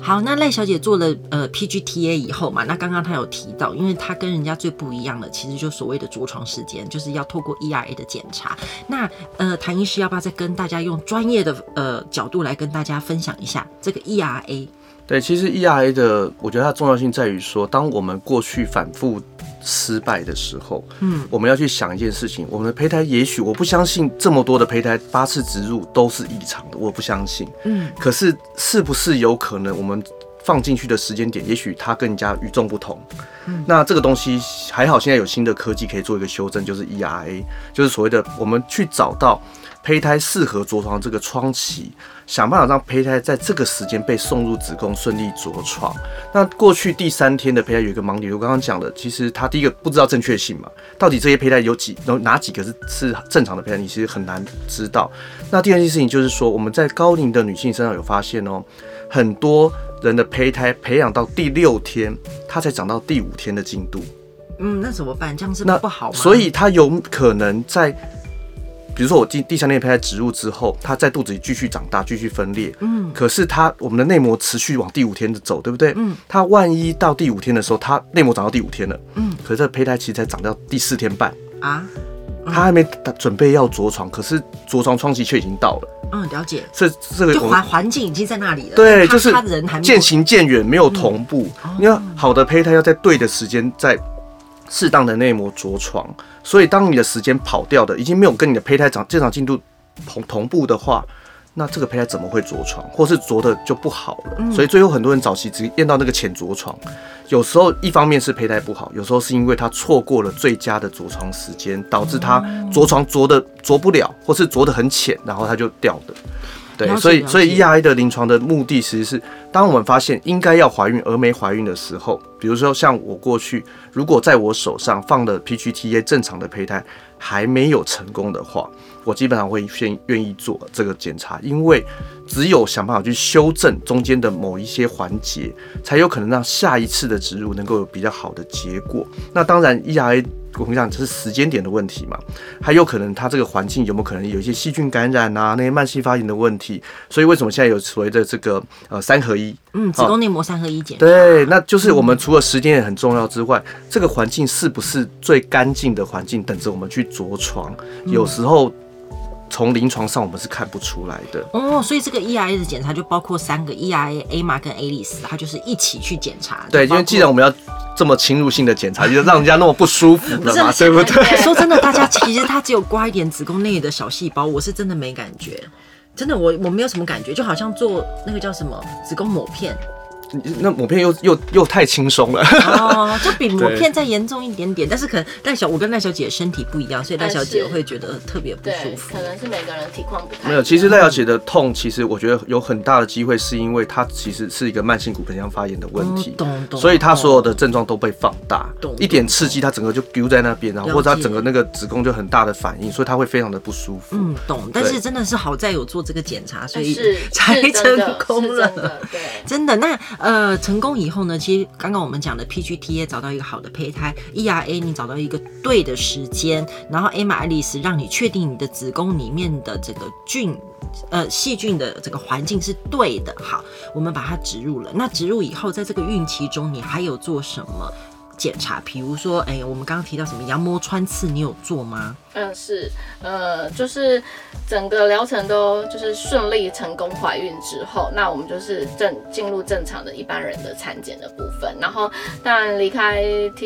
好，那赖小姐做了PGTA 以后嘛，那刚刚她有提到，因为她跟人家最不一样的，其实就所谓的着床时间，就是要透过 ERA 的检查。那谭医师要不要再跟大家用专业的角度来跟大家分享一下这个 ERA？ 对，其实 ERA 的，我觉得它的重要性在于说，当我们过去反复失败的时候，我们要去想一件事情，我们的胚胎也许我不相信这么多的胚胎8次植入都是异常的，我不相信。可是是不是有可能我们放进去的时间点，也许它更加与众不同？那这个东西还好，现在有新的科技可以做一个修正，就是 ERA， 就是所谓的我们去找到胚胎适合着床这个窗期，想办法让胚胎在这个时间被送入子宫，顺利着床。那过去第3天的胚胎有一个盲点，我刚刚讲的，其实它第一个不知道正确性嘛，到底这些胚胎有哪几个是正常的胚胎，你其实很难知道。那第二件事情就是说，我们在高龄的女性身上有发现哦，很多人的胚胎培养到第6天，它才长到第5天的进度。 那怎么办？这样是不好吗？ 所以它有可能在，比如说我第3天胚胎植入之后，它在肚子里继续长大，继续分裂。可是我们的内膜持续往第5天走，对不对？它万一到第5天的时候，它内膜长到第5天了，可是这个胚胎其实才长到第4天半啊。他还没准备要着床，可是着床窗期却已经到了。 了解。 这个就环境已经在那里了。 对，就是他人还没渐行渐远，没有同步。因为好的胚胎要在对的时间，在适当的内膜着床，所以当你的时间跑掉的，已经没有跟你的胚胎正常进度同步的话，那这个胚胎怎么会着床，或是着的就不好了。所以最后很多人早期只验到那个浅着床，有时候一方面是胚胎不好，有时候是因为他错过了最佳的着床时间，导致他着床着不了，或是着得很浅，然后他就掉的。对，所以 ERA 的临床的目的其实是，当我们发现应该要怀孕而没怀孕的时候，比如说像我过去，如果在我手上放的 PGTA 正常的胚胎还没有成功的话，我基本上会愿意做这个检查，因为只有想办法去修正中间的某一些环节，才有可能让下一次的植入能够有比较好的结果。那当然 ERA。我跟你讲，这是时间点的问题嘛，还有可能它这个环境有没有可能有一些细菌感染啊，那些慢性发炎的问题，所以为什么现在有所谓的这个3合1？ 子宫内膜3合1检查。 对，那就是我们除了时间也很重要之外，这个环境是不是最干净的环境，等着我们去着床？有时候从临床上我们是看不出来的所以这个 ERA 的检查就包括3个 ERA、AMA 跟 ALICE， 它就是一起去检查。 对，因为既然我们要这么侵入性的检查，就让人家那么不舒服了嘛，对不对？ 说真的，大家其实它只有刮一点子宫内的小细胞，我是真的没感觉，真的我没有什么感觉，就好像做那个叫什么子宫抹片。 那抹片又太轻松了就比抹片再严重一点点，但是可能我跟赖小姐身体不一样，所以赖小姐会觉得特别不舒服。 可能是每个人体况不太一样。 没有，其实赖小姐的痛，其实我觉得有很大的机会是因为她其实是一个慢性骨盆腔发炎的问题，所以她所有的症状都被放大，一点刺激她整个就丢在那边，然后或者她整个那个子宫就很大的反应，所以她会非常的不舒服。 懂。但是真的是好在有做这个检查，所以才成功了。真的。那成功以后呢，其实刚刚我们讲的 PGTA 找到一个好的胚胎， ERA 你找到一个对的时间，然后 AMA、ALICE 让你确定你的子宫里面的这个细菌的这个环境是对的。好，我们把它植入了。那植入以后，在这个孕期中，你还有做什么检查？比如说，我们刚刚提到什么羊膜穿刺，你有做吗？ 是，就是整个疗程都就是顺利成功怀孕之后，那我们就是进入正常的一般人的产检的部分。然后当然离开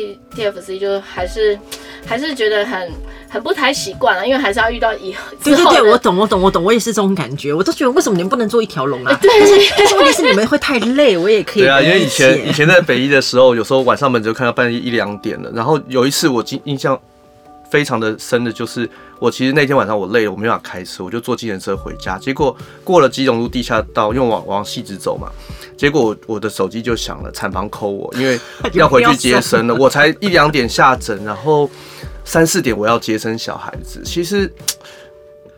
TFC 就还是觉得很不太习惯了，因为还是要遇到以后。 对，我懂，我也是这种感觉。我都觉得为什么你们不能做一条龙啊？但是问题是你们会太累，我也可以。 对啊，因为以前在北医的时候，有时候晚上门就看到半夜1、2点了。然后有一次我印象非常的深的就是，我其实那天晚上我累了，我没办法开车，我就坐计程车回家。结果过了基隆路地下道，因为往汐止走嘛，结果我的手机就响了，产房 call 我，因为要回去接生了。我才1、2点下诊，然后3、4点我要接生小孩子。其实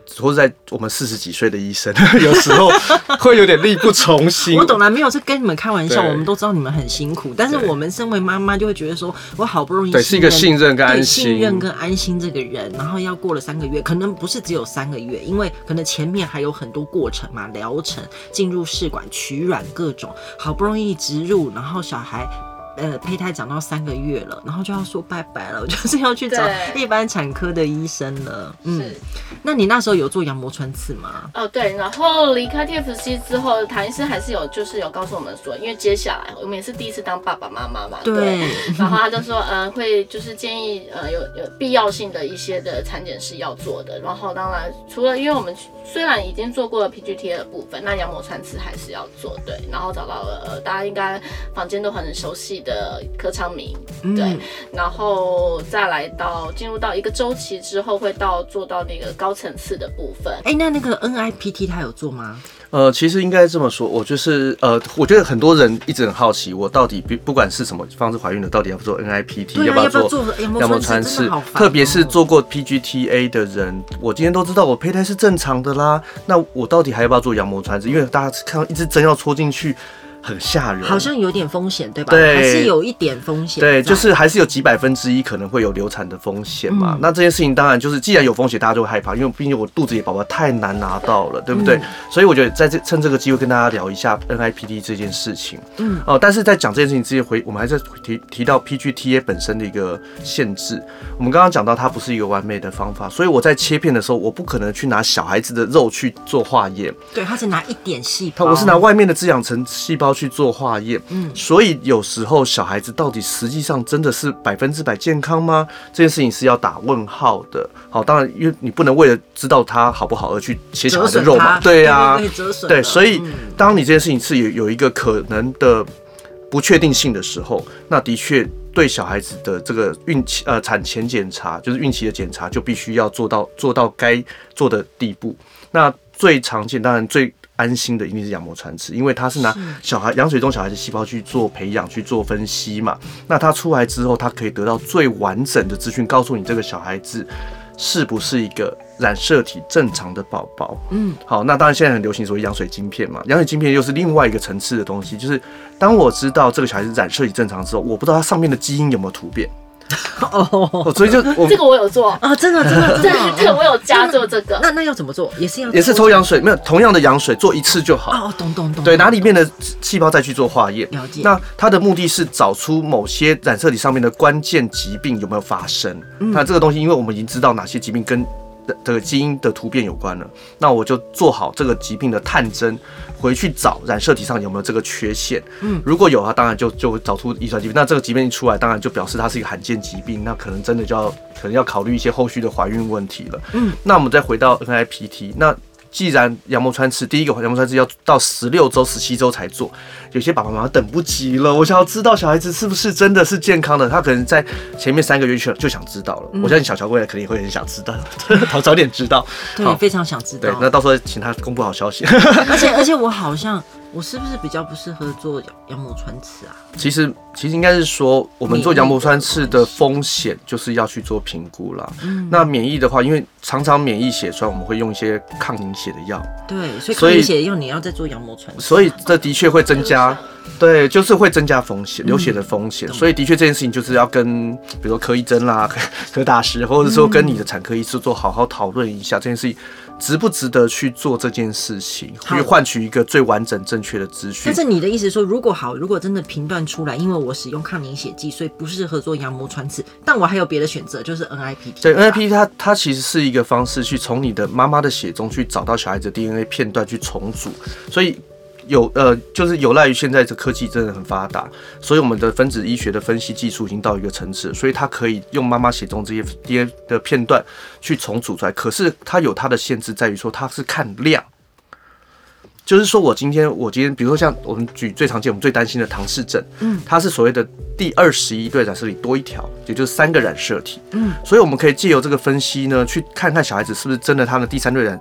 或者在我们40几岁的医生，有时候会有点力不从心。 我懂了，没有是跟你们开玩笑，我们都知道你们很辛苦，但是我们身为妈妈就会觉得说，我好不容易是一个信任跟安心， 信任跟安心这个人，然后要过了3个月，可能不是只有3个月，因为可能前面还有很多过程嘛，疗程、进入试管、取卵各种，好不容易植入，然后小孩。胚胎长到3个月了，然后就要说拜拜了，我就是要去找一般产科的医生了。那你那时候有做羊膜穿刺吗？ 对，然后离开 TFC 之后，谭医师还是有告诉我们说，因为接下来我们也是第一次当爸爸妈妈嘛，对。然后他就说，会就是建议有必要性的一些的产检是要做的。然后当然除了因为我们虽然已经做过了 PGTA 的部分，那羊膜穿刺还是要做，对。然后找到了大家应该坊间都很熟悉的柯昌明，对，然后再来进入到一个周期之后，会做到那个高层次的部分。 那个 NIPT 他有做吗？ 其实应该这么说，我就是我觉得很多人一直很好奇，我到底不管是什么方式怀孕的，到底要不做 NIPT， 要不要做羊膜穿刺？特别是做过 PGTA 的人，我今天都知道我胚胎是正常的啦，那我到底还要不要做羊膜穿刺？因为大家看到一支针要戳进去。很吓人， 好像有点风险，对吧？对，还是有一点风险。 对，就是还是有几1%可能会有流产的风险嘛。那这件事情当然就是，既然有风险，大家就会害怕，因为毕竟我肚子里宝宝太难拿到了，对不对？所以我觉得趁这个机会跟大家聊一下 NIPT 这件事情。但是在讲这件事情之前，我们还是提到 PGTA 本身的一个限制。我们刚刚讲到它不是一个完美的方法，所以我在切片的时候，我不可能去拿小孩子的肉去做化验。 对，它是拿一点细胞， 我是拿外面的滋养层细胞去做化验，所以有时候小孩子到底实际上真的是100%健康吗？这件事情是要打问号的。好，当然因为你不能为了知道他好不好而去切小孩的肉嘛，对啊，对，所以当你这件事情是有一个可能的不确定性的时候，那的确对小孩子的这个产前检查，就是孕期的检查，就必须要做到该做的地步。那最常见，当然最安心的一定是羊膜穿刺，因为它是拿羊水中小孩的细胞去做培养、去做分析嘛。那它出来之后，它可以得到最完整的资讯，告诉你这个小孩子是不是一个染色体正常的宝宝。好，那当然现在很流行所谓羊水晶片嘛，羊水晶片又是另外一个层次的东西，就是当我知道这个小孩子染色体正常之后，我不知道它上面的基因有没有突变。所以就这个我有做啊，真的， 对，我有加做这个。 那要怎么做？也是抽羊水，没有同样的羊水做一次就好。 哦，懂。 对，拿里面的细胞再去做化验。 了解。 那它的目的是找出某些染色体上面的关键疾病有没有发生。那这个东西，因为我们已经知道哪些疾病跟这个基因的突变有关了，那我就做好这个疾病的探针，回去找染色体上有没有这个缺陷。如果有，它当然就找出遗传疾病。那这个疾病一出来，当然就表示它是一个罕见疾病，那可能真的可能要考虑一些后续的怀孕问题了。那我们再回到 NIPT， 那既然羊膜穿刺，第一个羊膜穿刺要到16周、17周才做，有些爸爸妈妈等不及了，我想要知道小孩子是不是真的是健康的，他可能在前面3个月就想知道了。我相信小乔未来肯定会很想知道，早点知道， 对，非常想知道。 对，那到时候请他公布好消息。 而且我是不是比较不适合做羊膜穿刺啊？ 其实应该是说，我们做羊膜穿刺的风险就是要去做评估啦。那免疫的话，因为常常免疫血栓，我们会用一些抗凝血的药。 对，所以抗凝血的药你要再做羊膜穿刺， 所以这的确会增加，对，就是会增加风险，流血的风险。所以的确这件事情就是要跟比如说柯医生啦、柯大师，或者说跟你的产科医师做好好讨论一下这件事情。值不值得去做这件事情，去换取一个最完整正确的资讯？ 但是你的意思说，如果真的评断出来，因为我使用抗凝血剂，所以不适合做羊膜穿刺，但我还有别的选择，就是 NIPT。 对 ，NIPT 它其实是一个方式，去从你的妈妈的血中去找到小孩子的 DNA 片段去重组，所以。就是有赖于现在这科技真的很发达，所以我们的分子医学的分析技术已经到一个层次，所以它可以用妈妈血中这些 DNA 的片段去重组出来。可是它有它的限制，在于说它是看量。就是说我今天，比如说像我们举最常见、我们最担心的唐氏症，它是所谓的第21对染色体多一条，也就是3个染色体，所以我们可以借由这个分析呢，去看看小孩子是不是真的他的第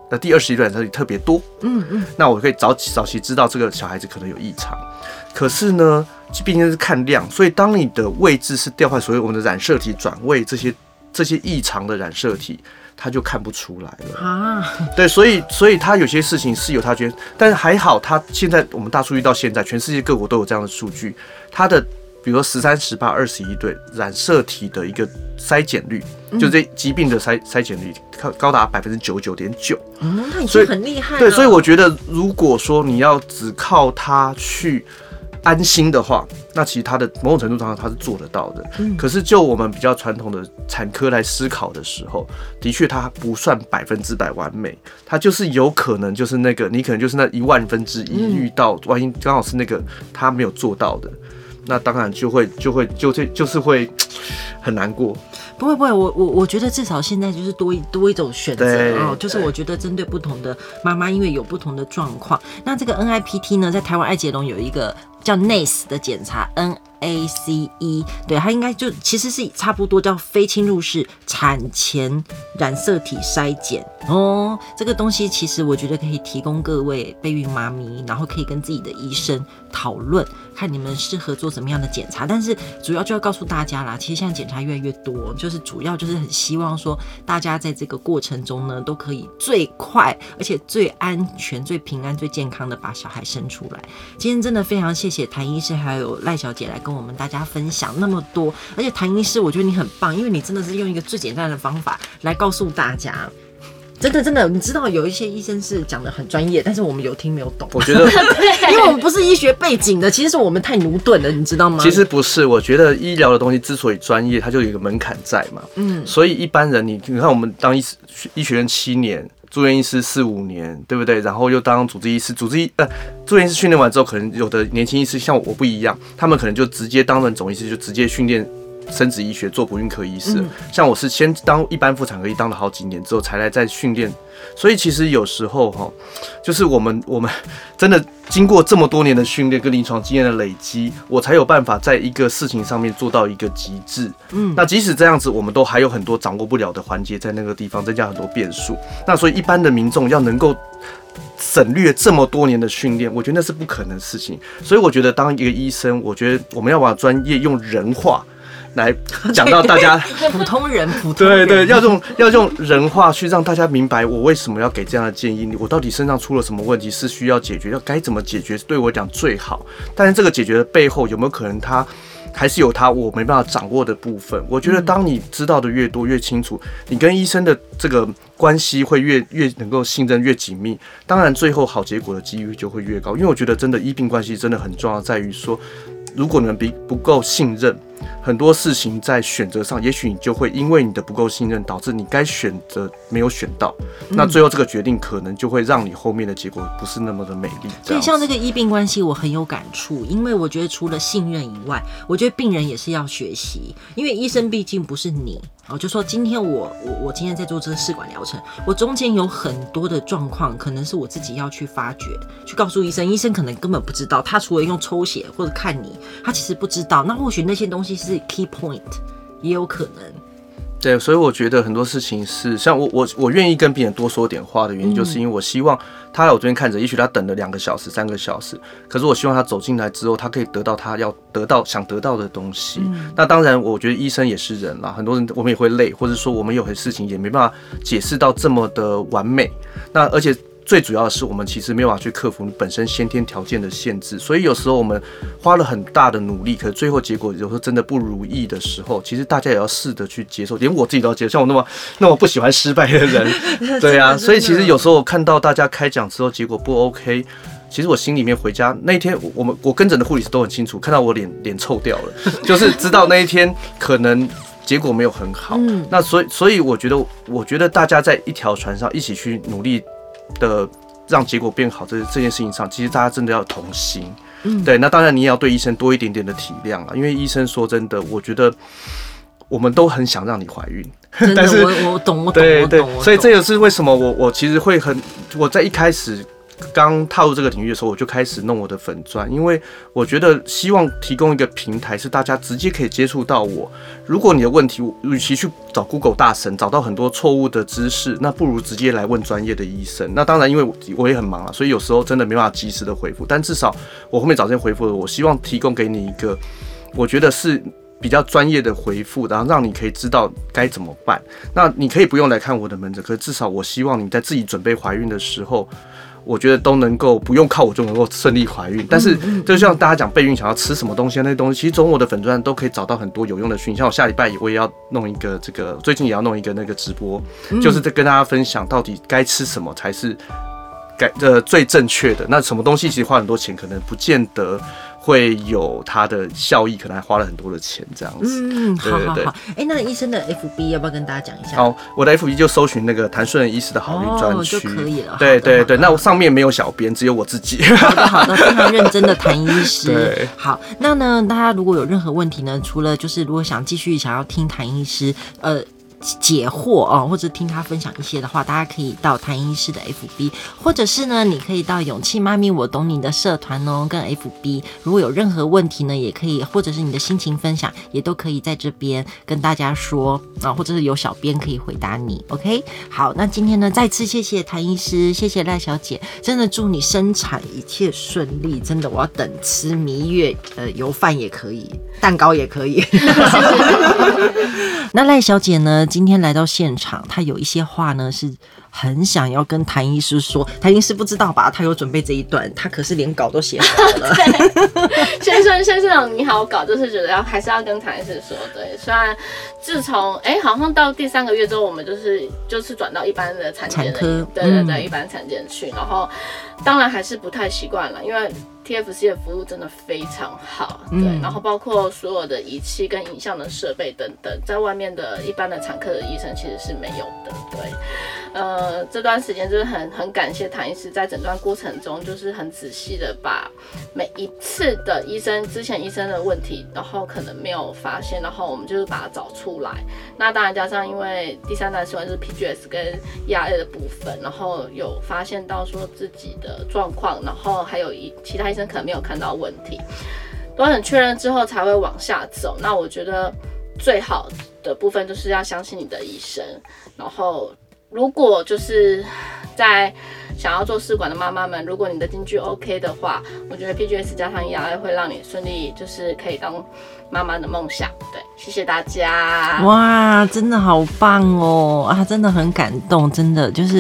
21对染色体特别多，那我可以早期知道这个小孩子可能有异常。可是呢，毕竟是看量，所以当你的位置是调换所谓我们的染色体转位这些异常的染色体。 他就看不出来了啊。对，所以他有些事情是有他觉得，但是还好，他现在我们大数据到现在，全世界各国都有这样的数据，他的比如说13、18、21对染色体的一个筛检率，就这疾病的筛检率高达99.9%。 那已经很厉害了。 对，所以我觉得，如果说你要只靠它去安心的话，那其实它的某种程度上它是做得到的。可是就我们比较传统的产科来思考的时候，的确它不算100%完美，它就是有可能就是那个你可能就是那1000000分之一遇到，万一刚好是那个他没有做到的。那当然就是会很难过。 不会，我觉得至少现在就是多一种选择哦，就是我觉得针对不同的妈妈，因为有不同的状况。那这个 NIPT 呢，在台湾爱捷隆有一个叫 NACE 的检查 ，NACE， 对，它应该就其实是差不多叫非侵入式产前染色体筛检哦。这个东西其实我觉得可以提供各位备孕妈咪，然后可以跟自己的医生讨论，看你们适合做什么样的检查。但是主要就要告诉大家啦，其实现在检查越来越多，就是主要就是很希望说大家在这个过程中呢，都可以最快而且最安全、最平安、最健康的把小孩生出来。今天真的非常谢谢谭医师还有赖小姐来跟我们大家分享那么多，而且谭医师我觉得你很棒，因为你真的是用一个最简单的方法来告诉大家。真的，你知道有一些医生是讲的很专业，但是我们有听没有懂。 我觉得， 因为我们不是医学背景的，其实是我们太驽钝了，你知道吗？ 其实不是，我觉得医疗的东西之所以专业，它就有一个门槛在嘛。所以一般人你看我们当医学院7年。住院医师4、5年，对不对？然后又当主治医师，住院医师训练完之后，可能有的年轻医师像我不一样，他们可能就直接当了总医师，就直接训练生殖医学做不孕科医师。像我是先当一般妇产科医当了好几年之后，才来再训练。所以其实有时候就是我们真的经过这么多年的训练跟临床经验的累积，我才有办法在一个事情上面做到一个极致。那即使这样子，我们都还有很多掌握不了的环节在那个地方，增加很多变数。那所以一般的民众要能够省略这么多年的训练，我觉得那是不可能的事情。所以我觉得当一个医生，我觉得我们要把专业用人化来讲到大家普通人， 对，要用人话去让大家明白我为什么要给这样的建议，我到底身上出了什么问题是需要解决，要该怎么解决对我讲最好。但是这个解决的背后有没有可能它还是有我没办法掌握的部分？我觉得当你知道的越多越清楚，你跟医生的这个关系会越能够信任越紧密，当然最后好结果的几率就会越高。因为我觉得真的医病关系真的很重要，在于说如果你们不够信任，很多事情在选择上，也许你就会因为你的不够信任，导致你该选择没有选到，那最后这个决定可能就会让你后面的结果不是那么的美丽。 对，像这个医病关系，我很有感触，因为我觉得除了信任以外，我觉得病人也是要学习，因为医生毕竟不是你。就说今天我今天在做这个试管疗程，我中间有很多的状况，可能是我自己要去发掘，去告诉医生，医生可能根本不知道，他除了用抽血或者看你，他其实不知道。那或许那些东西是 key point， 也有可能。 对，所以我觉得很多事情是像我愿意跟病人多说点话的原因，就是因为我希望他来我这边看着，也许他等了2个小时、3个小时，可是我希望他走进来之后，他可以得到他要想得到的东西。那当然，我觉得医生也是人啦，很多人我们也会累，或者说我们有些事情也没办法解释到这么的完美。那而且最主要的是，我们其实没有办法去克服你本身先天条件的限制，所以有时候我们花了很大的努力，可是最后结果有时候真的不如意的时候，其实大家也要试着去接受，连我自己都要接受。像我那么不喜欢失败的人，对啊，所以其实有时候我看到大家开讲之后结果不 OK， 其实我心里面回家那一天，我跟诊的护理师都很清楚，看到我脸臭掉了，就是知道那一天可能结果没有很好。那所以我觉得大家在一条船上一起去努力的让结果变好这件事情上，其实大家真的要同心。对，那当然你也要对医生多一点点的体谅啊，因为医生说真的，我觉得我们都很想让你怀孕， 真的，但是我懂， 对，所以这也是为什么我其实会我在一开始刚踏入这个领域的时候，我就开始弄我的粉专，因为我觉得希望提供一个平台，是大家直接可以接触到我。如果你的问题，与其去找 Google 大神，找到很多错误的知识，那不如直接来问专业的医生。那当然，因为我也很忙啊，所以有时候真的没办法及时的回复，但至少我后面找这些回复的，我希望提供给你一个，我觉得是比较专业的回复，然后让你可以知道该怎么办。那你可以不用来看我的门诊，可是至少我希望你在自己准备怀孕的时候，我觉得都能够不用靠我就能够顺利怀孕。但是就像大家讲备孕想要吃什么东西，那些东西其实从我的粉专都可以找到很多有用的讯息。像我下礼拜我也要弄一个最近也要弄一个那个直播，就是在跟大家分享到底该吃什么才是最正确的。那什么东西其实花很多钱，可能不见得会有它的效益，可能还花了很多的钱这样子。 好。那医生的 FB 要不要跟大家讲一下？ 好，我的 FB 就搜寻那个谭顺仁医师的好孕专区就可以了。 对，那我上面没有小编，只有我自己。 好的，非常认真的谭医师。好，那呢，大家如果有任何问题呢，除了就是如果想继续想要听谭医师解惑哦，或者听他分享一些的话，大家可以到谭医师的 FB， 或者是呢，你可以到勇气妈咪我懂你的社团哦，跟 FB。如果有任何问题呢，也可以，或者是你的心情分享，也都可以在这边跟大家说啊，或者是有小编可以回答你。OK， 好，那今天呢，再次谢谢谭医师，谢谢赖小姐，真的祝你生产一切顺利。真的，我要等吃蜜月，油饭也可以，蛋糕也可以。那赖小姐呢？今天来到现场，她有一些话呢是很想要跟谭医师说。谭医师不知道吧？他有准备这一段，他可是连稿都写好了。 先生你好稿，就是觉得还是要跟谭医师说。对，虽然自从好像到第3个月之后，我们就是转到一般的产科，对，一般产检去，然后当然还是不太习惯了，因为TFC 的服务真的非常好，对，然后包括所有的仪器跟影像的设备等等，在外面的一般的产科的医生其实是没有的，对，这段时间就是很感谢谭医师在诊断过程中就是很仔细的把每一次的之前医生的问题，然后可能没有发现，然后我们就是把它找出来。那当然加上因为第3代试管就是 PGS 跟 ERA 的部分，然后有发现到说自己的状况，然后还有其他医生可能没有看到问题，都很确认之后才会往下走。那我觉得最好的部分就是要相信你的医生，然后如果就是在想要做试管的妈妈们，如果你的经济 OK 的话，我觉得 PGS 加上 ERA 会让你顺利，就是可以当妈妈的梦想。对，谢谢大家。 哇，真的好棒哦！啊，真的很感动，真的就是，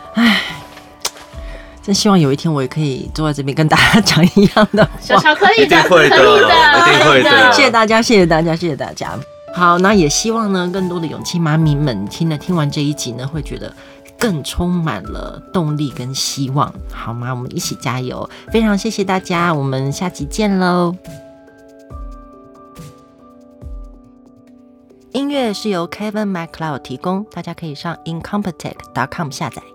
真希望有一天我也可以坐在这边跟大家讲一样的话。 小乔可以的， 一定会的，一定会的。 谢谢大家，谢谢大家，谢谢大家。好，那也希望呢，更多的勇气妈咪们听完这一集呢，会觉得更充满了动力跟希望，好吗？我们一起加油！非常谢谢大家，我们下集见喽。音乐是由 Kevin MacLeod 提供，大家可以上 incompetech.com 下载。